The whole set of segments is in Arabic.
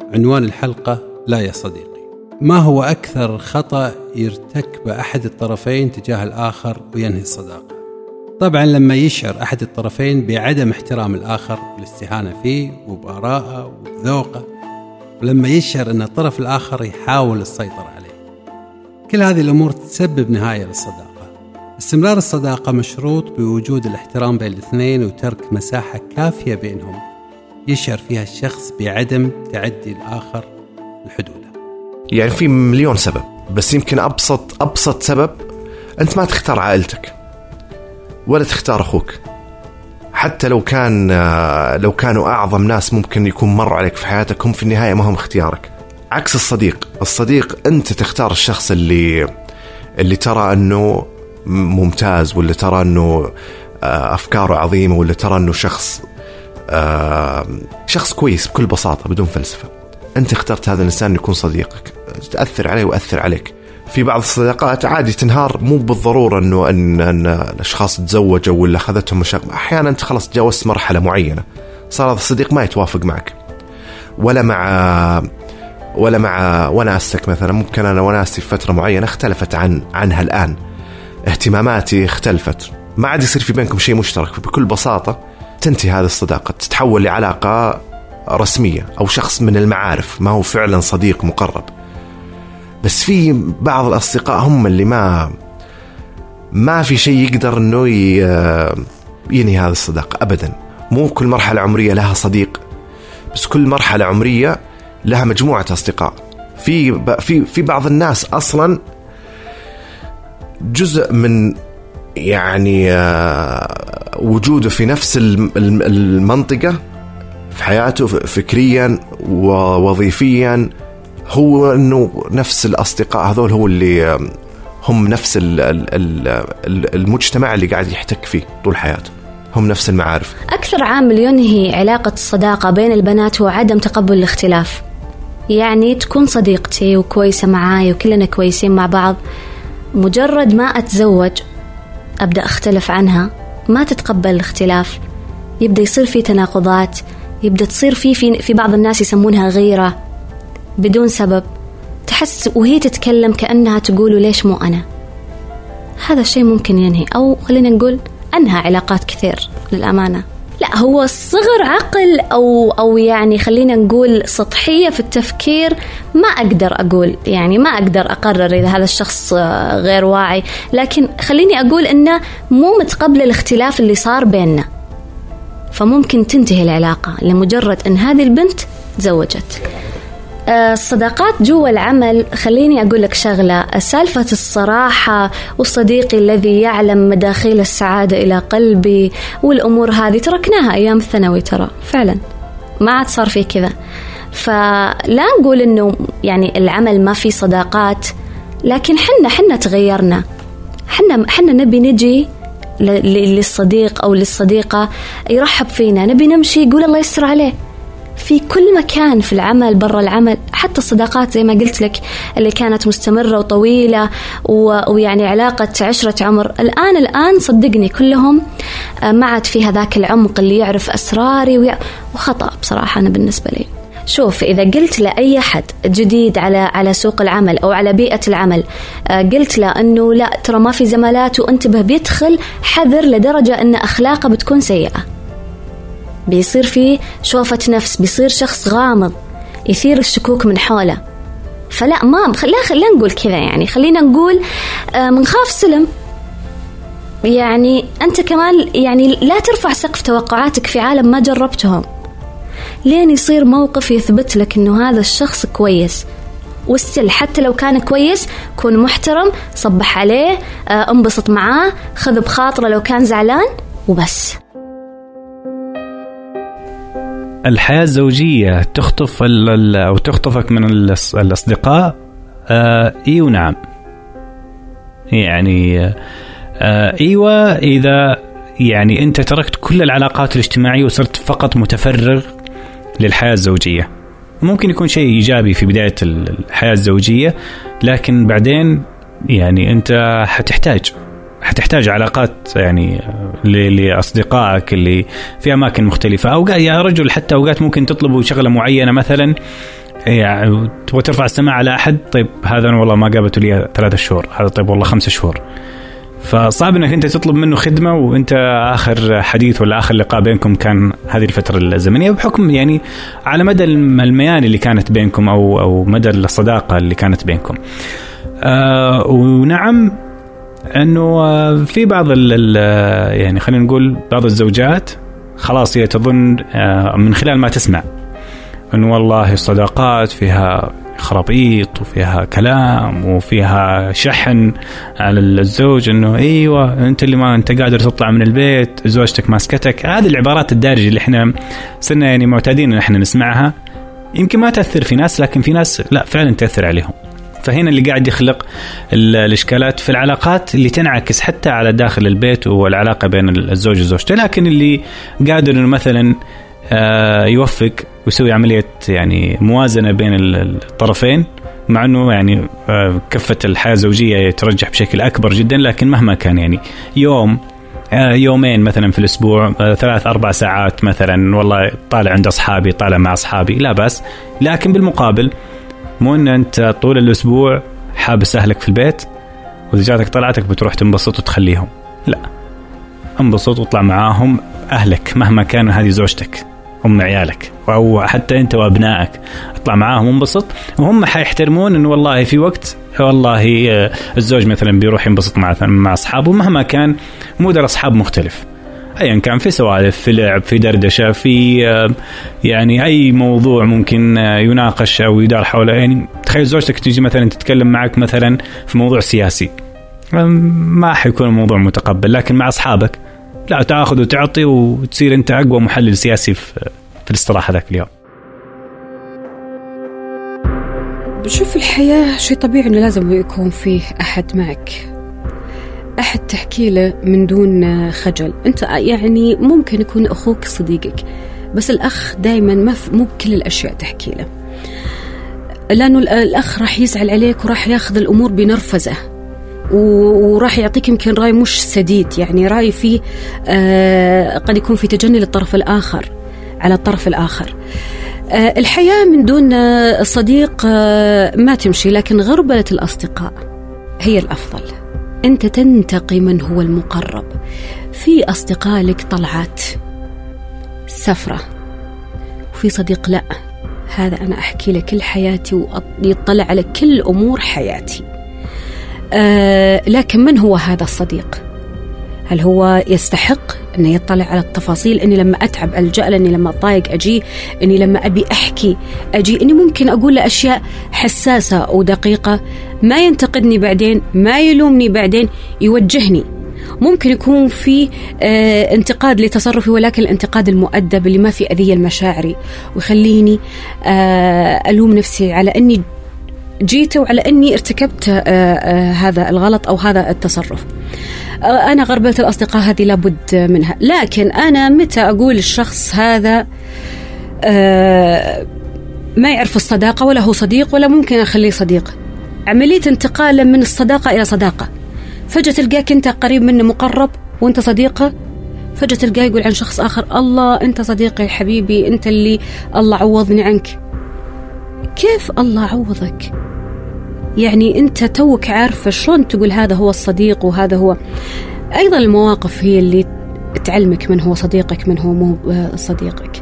عنوان الحلقة: لا يا صديقي. ما هو أكثر خطأ يرتكب أحد الطرفين تجاه الآخر وينهي الصداقة؟ طبعا لما يشعر أحد الطرفين بعدم احترام الآخر والاستهانة فيه وبآراءه وبذوقه، ولما يشعر أن الطرف الآخر يحاول السيطرة عليه. كل هذه الأمور تسبب نهاية للصداقة. استمرار الصداقة مشروط بوجود الاحترام بين الاثنين وترك مساحة كافية بينهم يشعر فيها الشخص بعدم تعدي الآخر الحدود. يعني في مليون سبب، بس يمكن أبسط سبب: أنت ما تختار عائلتك ولا تختار أخوك، حتى لو كانوا أعظم ناس ممكن يكون مروا عليك في حياتك، هم في النهاية ما هم اختيارك. عكس الصديق أنت تختار الشخص اللي ترى أنه ممتاز، ولا ترى أنه أفكاره عظيمة، ولا ترى أنه شخص كويس بكل بساطة بدون فلسفة. أنت اخترت هذا الإنسان يكون صديقك، تأثر عليه وأثر عليك. في بعض الصداقات عادي تنهار، مو بالضرورة أن الأشخاص تزوجوا ولا أخذتهم مشاكل. أحيانا أنت خلاص تجاوزت مرحلة معينة، صار هذا الصديق ما يتوافق معك ولا مع وناستك. مثلا ممكن أنا وناستي في فترة معينة اختلفت عنها الآن، اهتماماتي اختلفت، ما عاد يصير في بينكم شيء مشترك. بكل بساطة تنتهي هذه الصداقة، تتحول لعلاقة رسمية أو شخص من المعارف، ما هو فعلا صديق مقرب. بس في بعض الأصدقاء هم اللي ما في شيء يقدر إنه ينهي هذه الصداقة أبدا. مو كل مرحلة عمرية لها صديق، بس كل مرحلة عمرية لها مجموعة أصدقاء. في بعض الناس أصلا جزء من يعني وجوده في نفس المنطقة في حياته فكريا ووظيفيا، هو أنه نفس الأصدقاء هذول هو اللي هم نفس المجتمع اللي قاعد يحتك فيه طول حياته، هم نفس المعارف. أكثر عامل ينهي علاقة الصداقة بين البنات هو عدم تقبل الاختلاف. يعني تكون صديقتي وكويسة معاي وكلنا كويسين مع بعض، مجرد ما أتزوج أبدأ أختلف عنها، ما تتقبل الاختلاف، يبدأ يصير في تناقضات، يبدأ تصير في بعض الناس يسمونها غيرة بدون سبب، تحس وهي تتكلم كأنها تقول ليش مو أنا. هذا الشيء ممكن ينهي، أو خلينا نقول أنهى علاقات كثير للأمانة. لا، هو صغر عقل أو يعني خلينا نقول سطحية في التفكير. ما أقدر أقول، يعني ما أقدر أقرر إذا هذا الشخص غير واعي، لكن خليني أقول إنه مو متقبل الاختلاف اللي صار بيننا، فممكن تنتهي العلاقة لمجرد أن هذه البنت تزوجت. الصداقات جوا العمل، خليني أقول لك شغلة: سالفة الصراحة والصديق الذي يعلم مداخيل السعادة إلى قلبي والأمور هذه تركناها أيام الثانوي، ترى فعلا ما عاد صار في كذا. فلا نقول إنه يعني العمل ما في صداقات، لكن حنا تغيرنا، حنا نبي نجي للصديق أو للصديقة يرحب فينا، نبي نمشي يقول الله يستر عليه في كل مكان، في العمل برا العمل. حتى الصداقات زي ما قلت لك اللي كانت مستمرة وطويلة ويعني علاقة عشرة عمر، الآن صدقني كلهم ما عاد في هذاك العمق اللي يعرف أسراري وخطأ بصراحة. أنا بالنسبة لي شوف، إذا قلت لأي حد جديد على سوق العمل أو على بيئة العمل، قلت له أنه لا ترى ما في زملات وانتبه، بيدخل حذر لدرجة أن أخلاقه بتكون سيئة، بيصير فيه شوفة نفس، بيصير شخص غامض يثير الشكوك من حوله. فلا خلينا نقول كذا، يعني خلينا نقول منخاف سلم. يعني أنت كمان يعني لا ترفع سقف توقعاتك في عالم ما جربتهم، لين يصير موقف يثبت لك إنه هذا الشخص كويس. واستل حتى لو كان كويس كون محترم، صبح عليه، انبسط معاه، خذ بخاطره لو كان زعلان وبس. الحياة الزوجية تخطف أو تخطفك من الأصدقاء؟ إيه ونعم. يعني إيوة إذا يعني أنت تركت كل العلاقات الاجتماعية وصرت فقط متفرغ للحياة الزوجية. ممكن يكون شيء إيجابي في بداية الحياة الزوجية، لكن بعدين يعني أنت حتحتاج علاقات يعني لأصدقائك اللي في أماكن مختلفة. أوقات يا رجل حتى أوقات ممكن تطلبوا شغلة معينة، مثلا يعني تبغى ترفع السماعة على أحد، طيب هذا أنا والله ما قابلته لي 3 شهور، هذا طيب والله 5 شهور. فصعب أنك أنت تطلب منه خدمة وأنت آخر حديث ولا آخر لقاء بينكم كان هذه الفترة الزمنية، بحكم يعني على مدى الميان اللي كانت بينكم أو مدى الصداقة اللي كانت بينكم. ونعم أنه في بعض يعني خلينا نقول بعض الزوجات خلاص هي تظن من خلال ما تسمع أنه والله الصداقات فيها خرابيط وفيها كلام وفيها شحن على الزوج، أنه أيوة أنت اللي ما أنت قادر تطلع من البيت، زوجتك ماسكتك. هذه العبارات الدارجة اللي إحنا صرنا يعني معتادين أن إحنا نسمعها، يمكن ما تأثر في ناس، لكن في ناس لا فعلا تأثر عليهم. فهنا اللي قاعد يخلق الإشكالات في العلاقات اللي تنعكس حتى على داخل البيت والعلاقة بين الزوج وزوجته. لكن اللي قادر إنه مثلا يوفق ويسوي عملية يعني موازنة بين الطرفين، مع أنه يعني كفة الحياة الزوجية يترجح بشكل أكبر جدا، لكن مهما كان يعني يومين مثلا في الأسبوع 3-4 ساعات مثلا والله طالع عند أصحابي، طالع مع أصحابي، لا بأس. لكن بالمقابل مو أن أنت طول الأسبوع حابس أهلك في البيت وإذا جاتك طلعتك بتروح تنبسط وتخليهم، لا، انبسط وطلع معاهم أهلك مهما كانوا هذه زوجتك أم عيالك أو حتى أنت وأبنائك، اطلع معاهم انبسط، وهم حيحترمون إنه والله في وقت والله الزوج مثلا بيروح ينبسط مع أصحابه مهما كان مودر أصحاب مختلف، أيا كان في سوالف، في لعب، في دردشة، في يعني أي موضوع ممكن يناقش أو يدار حوله. يعني تخيل زوجتك تيجي مثلا تتكلم معك مثلا في موضوع سياسي، ما حيكون الموضوع متقبل، لكن مع أصحابك لا، تأخذ وتعطي وتصير أنت أقوى محلل سياسي في الاستراحة ذاك اليوم. بشوف الحياة شيء طبيعي إنه لازم يكون فيه أحد معك، أحد تحكي له من دون خجل. أنت يعني ممكن يكون أخوك صديقك، بس الأخ دايما مو بكل الأشياء تحكي له، لأنه الأخ راح يزعل عليك وراح ياخذ الأمور بنرفزة وراح يعطيك يمكن رأي مش سديد، يعني رأي فيه قد يكون في تجني للطرف الآخر على الطرف الآخر. الحياة من دون صديق ما تمشي، لكن غربلة الأصدقاء هي الأفضل. أنت تنتقي من هو المقرب. في أصدقاء لك طلعات سفرة، وفي صديق لا، هذا أنا أحكي لك كل حياتي ويطلع على كل أمور حياتي. لكن من هو هذا الصديق؟ هل هو يستحق أنه يطلع على التفاصيل؟ أني لما أتعب ألجأ له، أني لما أضايق أجي، أني لما أبي أحكي أجي، أني ممكن أقول له أشياء حساسة ودقيقة، ما ينتقدني بعدين، ما يلومني بعدين، يوجهني. ممكن يكون في انتقاد لتصرفي، ولكن الانتقاد المؤدب اللي ما في أذية المشاعري ويخليني ألوم نفسي على أني جيت وعلى أني ارتكبت هذا الغلط أو هذا التصرف. أنا غربلة الأصدقاء هذه لابد منها. لكن أنا متى أقول الشخص هذا ما يعرف الصداقة ولا هو صديق ولا ممكن أخليه صديق؟ عملية انتقال من الصداقة إلى صداقة، فجأة تلقاك أنت قريب منه مقرب وأنت صديقه، فجأة تلقاه يقول عن شخص آخر الله أنت صديقي يا حبيبي، أنت اللي الله عوضني عنك. كيف الله عوضك؟ يعني أنت توك عارفة شلون تقول هذا هو الصديق وهذا هو. أيضا المواقف هي اللي تعلمك من هو صديقك من هو مو صديقك.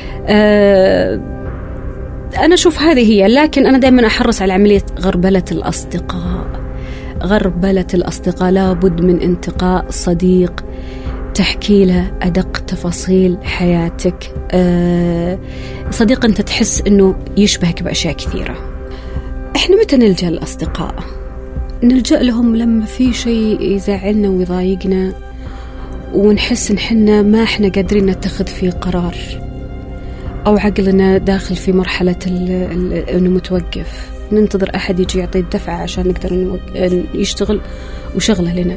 أنا أشوف هذه هي. لكن أنا دائما أحرص على عملية غربلة الأصدقاء. غربلة الأصدقاء لابد من انتقاء صديق تحكي له أدق تفاصيل حياتك، صديق أنت تحس أنه يشبهك بأشياء كثيرة. إحنا متى نلجأ للأصدقاء؟ نلجأ لهم لما في شيء يزعلنا ويضايقنا ونحس إن حنا ما إحنا قادرين نتخذ فيه قرار، أو عقلنا داخل في مرحلة إنه متوقف، ننتظر أحد يجي يعطي الدفعة عشان نقدر يشتغل وشغله لنا.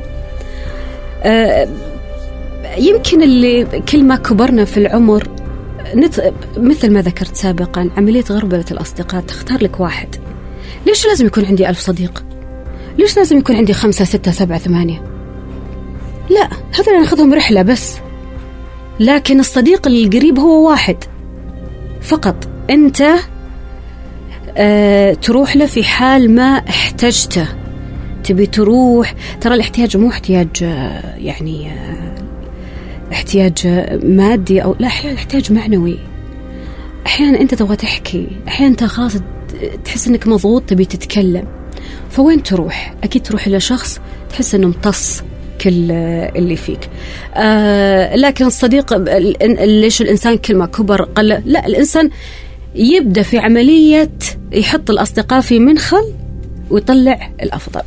يمكن اللي كل ما كبرنا في العمر مثل ما ذكرت سابقا، عملية غربلة الأصدقاء، تختار لك واحد. ليش لازم يكون عندي 1000 صديق؟ ليش لازم يكون عندي 5 6 7 8؟ لا، هذا ناخذهم رحلة بس. لكن الصديق القريب هو واحد فقط. أنت تروح له في حال ما احتجته. تبي تروح، ترى الاحتياج مو احتياج يعني احتياج مادي أو لا، أحيانا احتياج معنوي. أحيانا أنت تبغى تحكي، أحيانا أنت خلاص تحس أنك مضغوط تبي تتكلم، فوين تروح؟ أكيد تروح إلى شخص تحس أنه امتص كل اللي فيك. لكن الصديق ليش الإنسان كل ما كبر قل؟ لا، الإنسان يبدأ في عملية يحط الأصدقاء في منخل ويطلع الأفضل.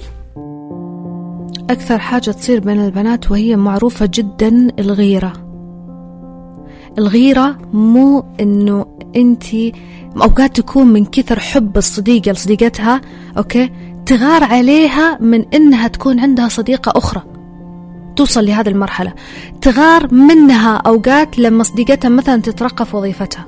أكثر حاجة تصير بين البنات وهي معروفة جدا الغيرة. الغيرة مو إنه أنتي أوقات تكون من كثر حب الصديقة لصديقتها أوكي تغار عليها من إنها تكون عندها صديقة أخرى، توصل لهذه المرحلة تغار منها أوقات لما صديقتها مثلا تترقى في وظيفتها،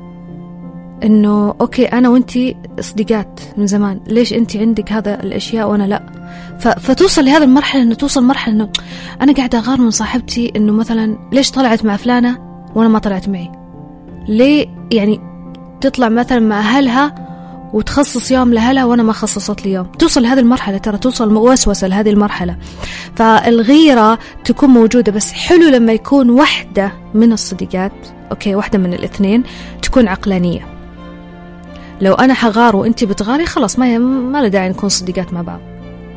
إنه أوكي أنا وأنتي صديقات من زمان، ليش أنتي عندك هذا الأشياء وأنا لا؟ فتوصل لهذه المرحلة، إنه توصل مرحلة إنه أنا قاعدة أغار من صاحبتي إنه مثلا ليش طلعت مع فلانة وأنا ما طلعت معي؟ ليه يعني تطلع مثلا مع أهلها وتخصص يوم لأهلها وأنا ما خصصت لي يوم؟ توصل لهذه المرحلة، ترى توصل وسوسة لهذه المرحلة. فالغيرة تكون موجودة، بس حلو لما يكون واحدة من الصديقات أوكي واحدة من الاثنين تكون عقلانية. لو أنا حغار وأنتي بتغاري خلاص ما له داعي نكون صديقات مع بعض.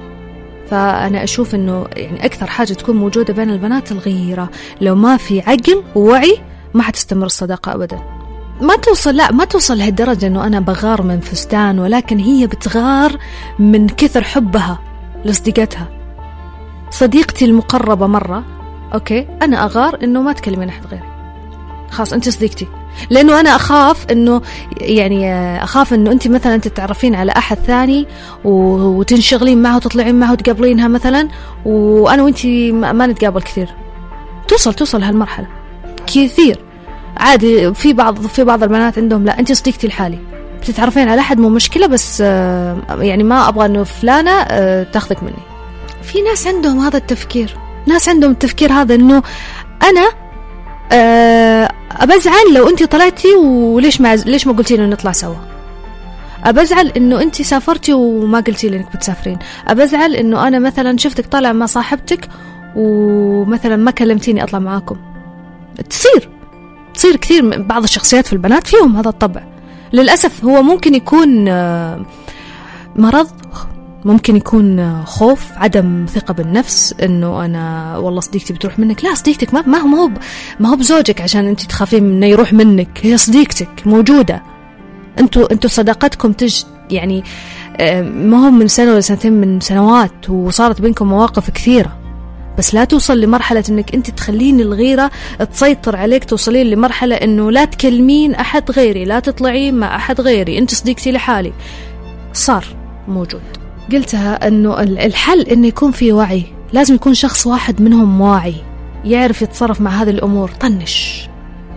فأنا أشوف إنه يعني أكثر حاجة تكون موجودة بين البنات الغيرة. لو ما في عقل ووعي ما حتستمر الصداقة أبدا. ما توصل لهالدرجة إنه أنا بغار من فستان، ولكن هي بتغار من كثر حبها لصديقتها. صديقتي المقربة مرة أوكي أنا أغار إنه ما تكلمين أحد غيري، خلاص أنت صديقتي، لأنه أنا أخاف إنه أنت مثلا تتعرفين على أحد ثاني وتنشغلين معه وتطلعين معه وتقابلينها مثلا، وأنا وأنتي ما نتقابل كثير. توصل هالمرحلة كثير عادي. في بعض البنات عندهم لا أنت صديقتي الحالي، بتتعرفين على أحد مو مشكلة، بس يعني ما أبغى إنه فلانة تاخذك مني. في ناس عندهم هذا التفكير، ناس عندهم التفكير هذا إنه أنا أبزعل لو أنتي طلعتي وليش ما قلتي إنه نطلع سوا. أبزعل إنه أنتي سافرتي وما قلتي لي إنك بتسافرين. أبزعل إنه أنا مثلا شفتك طالع مع صاحبتك ومثلا ما كلمتيني أطلع معاكم. تصير كثير من بعض الشخصيات في البنات فيهم هذا الطبع للأسف. هو ممكن يكون مرض، ممكن يكون خوف، عدم ثقة بالنفس، إنه أنا والله صديقتي بتروح منك. لا، صديقتك ما هو بزوجك عشان أنت تخافين إنه يروح منك، هي صديقتك موجودة. أنتوا صداقتكم يعني ما هو من سنة ولا سنتين، من سنوات، وصارت بينكم مواقف كثيرة. بس لا توصل لمرحلة إنك أنت تخلين الغيرة تسيطر عليك، توصلين لمرحلة إنه لا تكلمين أحد غيري، لا تطلعين مع أحد غيري، أنت صديقتي لحالي. صار موجود. قلتها إنه الحل إنه يكون في وعي، لازم يكون شخص واحد منهم واعي يعرف يتصرف مع هذه الأمور. طنش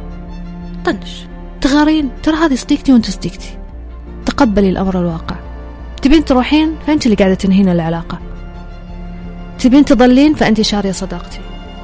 تغارين، ترى هذه صديقتي وانت صديقتي، تقبلي الأمر الواقع. تبين تروحين فأنت اللي قاعدة تنهين العلاقة، تبين تضلين فأنت شارية صداقتي.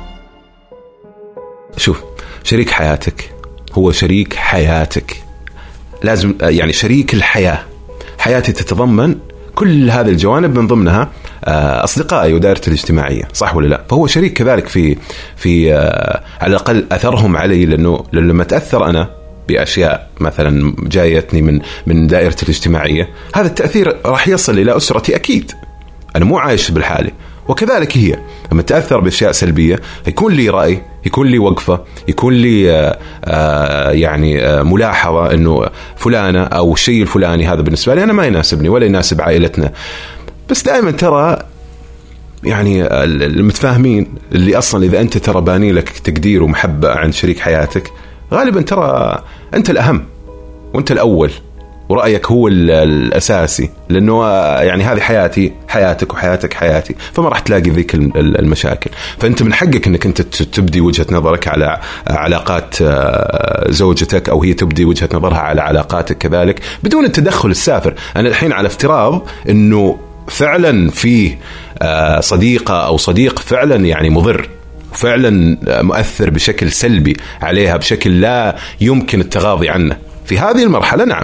شوف، شريك حياتك هو شريك حياتك، لازم يعني شريك الحياة. حياتي تتضمن كل هذه الجوانب، من ضمنها أصدقائي ودائرتي الاجتماعية، صح ولا لا؟ فهو شريك كذلك في على الأقل أثرهم علي، لأنه لما تأثر أنا بأشياء مثلا جايتني من دائرتي الاجتماعية، هذا التأثير راح يصل إلى أسرتي أكيد. أنا مو عايش بالحالي. وكذلك هي لما تأثر بأشياء سلبية يكون لي رأي، يكون لي وقفة، يكون لي يعني ملاحظة إنه فلانة أو الشيء الفلاني هذا بالنسبة لي أنا ما يناسبني ولا يناسب عائلتنا. بس دائما ترى يعني المتفاهمين اللي أصلا إذا أنت ترى باني لك تقدير ومحبة عند شريك حياتك، غالبا ترى أنت الأهم وأنت الأول ورأيك هو الأساسي، لأنه يعني هذه حياتي حياتك وحياتك حياتي، فما راح تلاقي ذيك المشاكل. فأنت من حقك أنك أنت تبدي وجهة نظرك على علاقات زوجتك، أو هي تبدي وجهة نظرها على علاقاتك كذلك، بدون التدخل السافر. أنا الحين على افتراض أنه فعلا فيه صديقة أو صديق فعلا يعني مضر، فعلا مؤثر بشكل سلبي عليها، بشكل لا يمكن التغاضي عنه. في هذه المرحلة نعم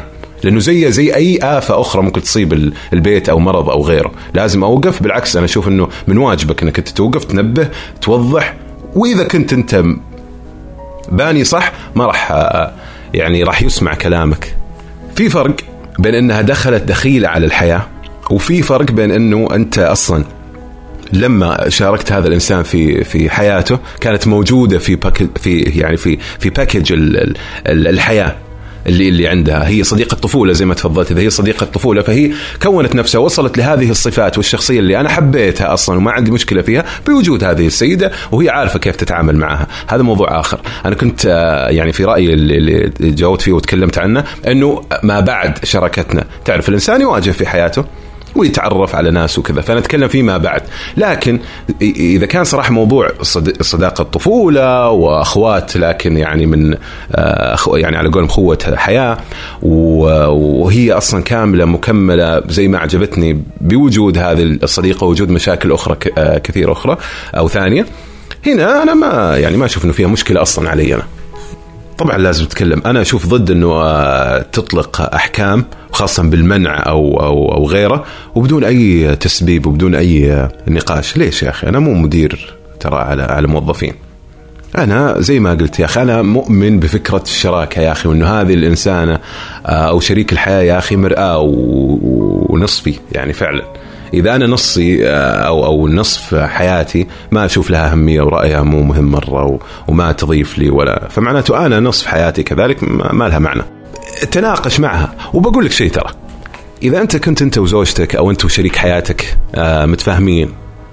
لأنه زي أي آفة أخرى ممكن تصيب البيت أو مرض أو غيره. لازم أوقف. بالعكس أنا أشوف أنه من واجبك أنك أنت توقف، تنبه، توضح. وإذا كنت أنت باني صح ما راح يسمع كلامك. في فرق بين أنها دخلت دخيلة على الحياة، وفي فرق بين أنه أنت أصلا لما شاركت هذا الإنسان في حياته كانت موجودة في باكج الحياة اللي عندها. هي صديقة طفولة زي ما تفضلت، إذا هي صديقة طفولة فهي كونت نفسها، وصلت لهذه الصفات والشخصية اللي أنا حبيتها أصلا وما عندي مشكلة فيها بوجود هذه السيدة، وهي عارفة كيف تتعامل معها. هذا موضوع آخر. أنا كنت في رأيي اللي جاوبت فيه وتكلمت عنه أنه ما بعد شراكتنا، تعرف الإنسان يواجه في حياته ويتعرف على ناس وكذا، فنتكلم فيه ما بعد. لكن إذا كان صراحة موضوع صداقة طفولة وأخوات، لكن من على قولهم أخوة حياة، وهي أصلا كاملة مكملة زي ما عجبتني بوجود هذه الصديقة، ووجود مشاكل أخرى كثيرة أخرى أو ثانية، هنا أنا ما أشوف إنه فيها مشكلة أصلا علي. أنا طبعا لازم تتكلم. أنا أشوف ضد أنه تطلق أحكام خاصة بالمنع أو غيره وبدون أي تسبيب وبدون أي نقاش. ليش يا أخي؟ أنا مو مدير ترى على موظفين. أنا زي ما قلت يا أخي أنا مؤمن بفكرة الشراكة يا أخي، وأنه هذه الإنسانة أو شريك الحياة يا أخي مرآة ونصفي. فعلا إذا أنا نصي أو نصف حياتي ما أشوف لها أهمية ورأيها مو مهم مرة وما تضيف لي ولا، فمعناته أنا نصف حياتي كذلك ما لها معنى. تناقش معها. وبقول لك شيء ترى، إذا أنت كنت أنت وزوجتك أو أنت وشريك حياتك متفاهمين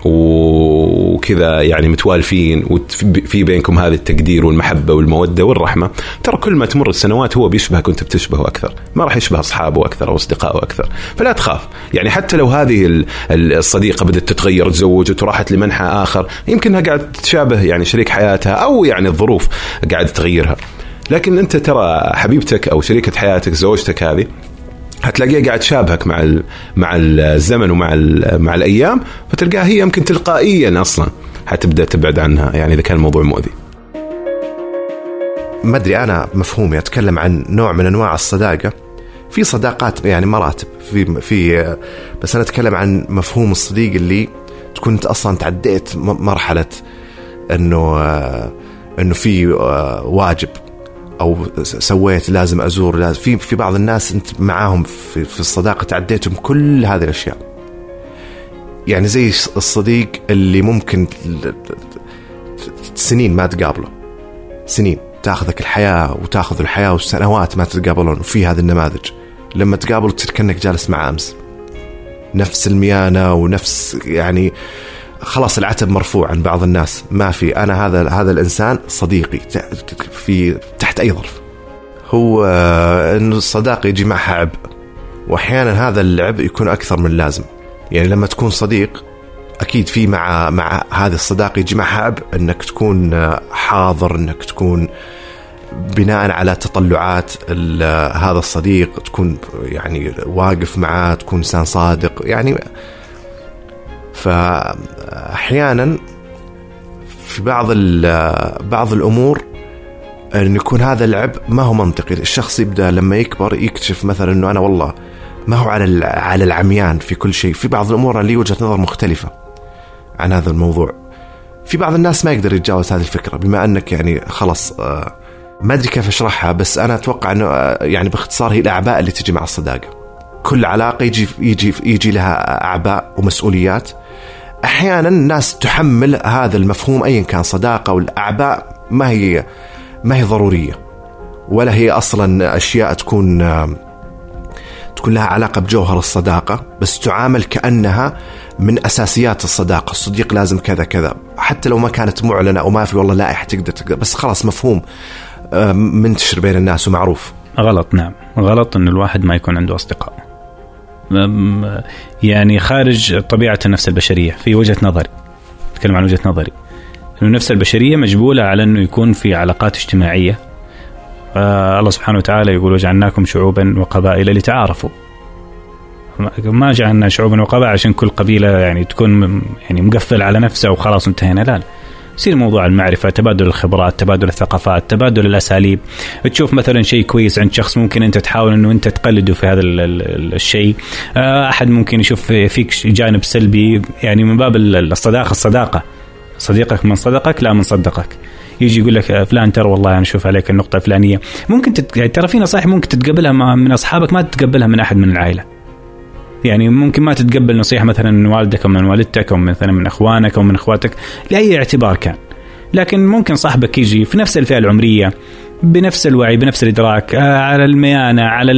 وكذا متوالفين وفي بينكم هذا التقدير والمحبة والمودة والرحمة، ترى كل ما تمر السنوات هو بيشبهك وأنت بتشبهه أكثر، ما راح يشبه أصحابه أكثر أو أصدقائه أكثر. فلا تخاف. حتى لو هذه الصديقة بدأت تتغير، تزوجت وراحت لمنحى آخر، يمكنها قاعد تشابه شريك حياتها أو الظروف قاعد تغيرها، لكن أنت ترى حبيبتك أو شريكة حياتك زوجتك هذه هتلاقيها قاعد تشابهك مع الزمن ومع الأيام، فتلقاها هي يمكن تلقائيا أصلا هتبدأ تبعد عنها إذا كان الموضوع مؤذي. ما أدري أنا مفهومي أتكلم عن نوع من أنواع الصداقة. في صداقات مراتب في بس أنا أتكلم عن مفهوم الصديق اللي تكون أنت أصلا تعديت مرحلة إنه في واجب أو سويت لازم أزور لازم. في بعض الناس أنت معاهم في الصداقة تعديتهم كل هذه الأشياء. زي الصديق اللي ممكن سنين ما تقابله، سنين تأخذك الحياة وتأخذ الحياة والسنوات ما تتقابلون. وفي هذه النماذج لما تقابلوا تصير كأنك جالس مع أمس، نفس الميانة ونفس خلاص العتب مرفوع عن بعض الناس. ما في أنا هذا الإنسان صديقي في تحت أي ظرف. هو إنه الصداقة يجي معها عبء، وأحيانا هذا العبء يكون أكثر من لازم. لما تكون صديق أكيد في مع هذه الصداقة يجي معها عبء، إنك تكون حاضر، إنك تكون بناء على تطلعات هذا الصديق، تكون واقف معاه، تكون إنسان صادق. فأحيانا في بعض الأمور أن يكون هذا العبء ما هو منطقي. الشخص يبدأ لما يكبر يكتشف مثلا أنه أنا والله ما هو على العميان في كل شيء. في بعض الأمور أنا لي وجهة نظر مختلفة عن هذا الموضوع. في بعض الناس ما يقدر يتجاوز هذه الفكرة، بما أنك خلاص ما أدري كيف أشرحها، بس أنا أتوقع أنه باختصار هي الأعباء اللي تجي مع الصداقة. كل علاقة يجي لها أعباء ومسؤوليات. أحيانا الناس تحمل هذا المفهوم أيا كان صداقة، والأعباء ما هي ضرورية، ولا هي أصلا أشياء تكون لها علاقة بجوهر الصداقة، بس تعامل كأنها من أساسيات الصداقة. الصديق لازم كذا كذا، حتى لو ما كانت معلنة أو ما في والله لائحة تقدر، بس خلاص مفهوم منتشر بين الناس ومعروف. غلط. نعم غلط إن الواحد ما يكون عنده أصدقاء، خارج طبيعة النفس البشرية. في وجهة نظري، أتكلم عن وجهة نظري، إنه النفس البشرية مجبولة على إنه يكون في علاقات اجتماعية. الله سبحانه وتعالى يقول وجعلناكم شعوبا وقبائل لتعارفوا. ما جعلنا شعوبا وقبائل عشان كل قبيلة تكون مقفل على نفسها وخلاص انتهينا. لا، يصير موضوع المعرفة، تبادل الخبرات، تبادل الثقافات، تبادل الأساليب. تشوف مثلا شيء كويس عند شخص ممكن أنت تحاول أنه أنت تقلده في هذا الشيء. أحد ممكن يشوف فيك جانب سلبي، يعني من باب الصداقة، صديقك من صدقك لا من صدقك. يجي يقول لك فلان ترى والله أنا أشوف عليك النقطة الفلانية، ممكن ترى في نصائح ممكن تتقبلها من أصحابك ما تتقبلها من أحد من العائلة. يعني ممكن ما تتقبل نصيحة مثلا من والدك أو من والدتك أو مثلا من أخوانك أو من أخواتك لأي اعتبار كان، لكن ممكن صاحبك يجي في نفس الفئة العمرية بنفس الوعي بنفس الإدراك على الميانة على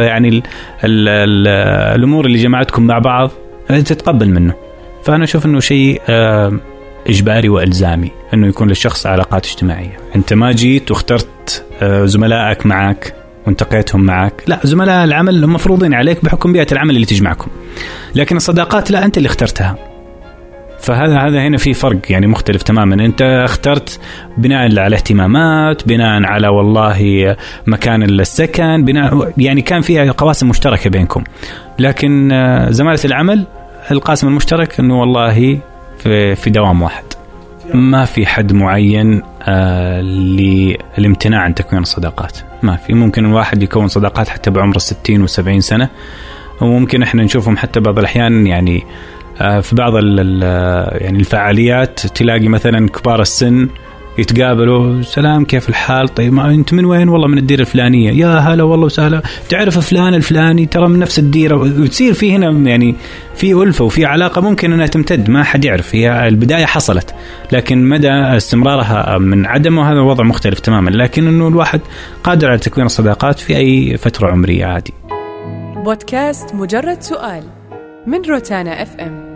الأمور اللي جمعتكم مع بعض تتقبل منه. فأنا أشوف أنه شيء إجباري وإلزامي أنه يكون للشخص علاقات اجتماعية. أنت ما جيت واخترت زملائك معك وانتقيتهم معك، لا، زملاء العمل هم مفروضين عليك بحكم بيئة العمل اللي تجمعكم، لكن الصداقات لا، أنت اللي اخترتها. فهذا هنا في فرق يعني مختلف تماما. أنت اخترت بناء على اهتمامات، بناء على والله مكان السكن، بناء يعني كان فيها قواسم مشتركة بينكم. لكن زمالة العمل القاسم المشترك أنه والله في دوام واحد، ما في حد معين للامتناع عن تكوين الصداقات. ما في، ممكن الواحد يكون صداقات حتى بعمر 60 و70 سنة، وممكن احنا نشوفهم حتى بعض الأحيان يعني في بعض يعني الفعاليات تلاقي مثلا كبار السن يتقابلوا، سلام كيف الحال، طيب ما انت من وين؟ والله من الديرة الفلانية، يا هلا والله وسهلا، تعرف فلان الفلاني ترى من نفس الديرة. وتصير في هنا يعني في ألفة وفي علاقة ممكن أنها تمتد، ما حد يعرف، هي البداية حصلت لكن مدى استمرارها من عدمه هذا وضع مختلف تماما. لكن أنه الواحد قادر على تكوين الصداقات في أي فترة عمرية عادي. بودكاست مجرد سؤال من روتانا FM.